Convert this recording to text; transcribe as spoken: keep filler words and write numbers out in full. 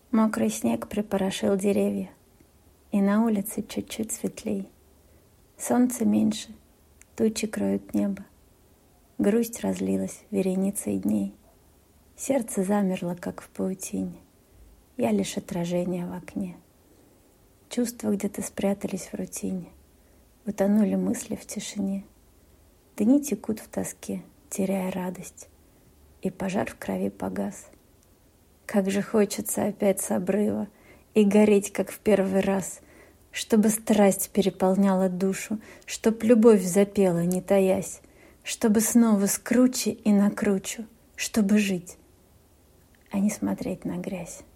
Мокрый снег припорошил деревья, и на улице чуть-чуть светлей. Солнце меньше, тучи кроют небо. Грусть разлилась вереницей дней. Сердце замерло, как в паутине. Я лишь отражение в окне. Чувства где-то спрятались в рутине. Утонули мысли в тишине. Дни текут в тоске, теряя радость. И пожар в крови погас. Как же хочется опять с обрыва и гореть, как в первый раз, чтобы страсть переполняла душу, чтоб любовь запела, не таясь, чтобы снова скруче и накручу, чтобы жить, а не смотреть на грязь.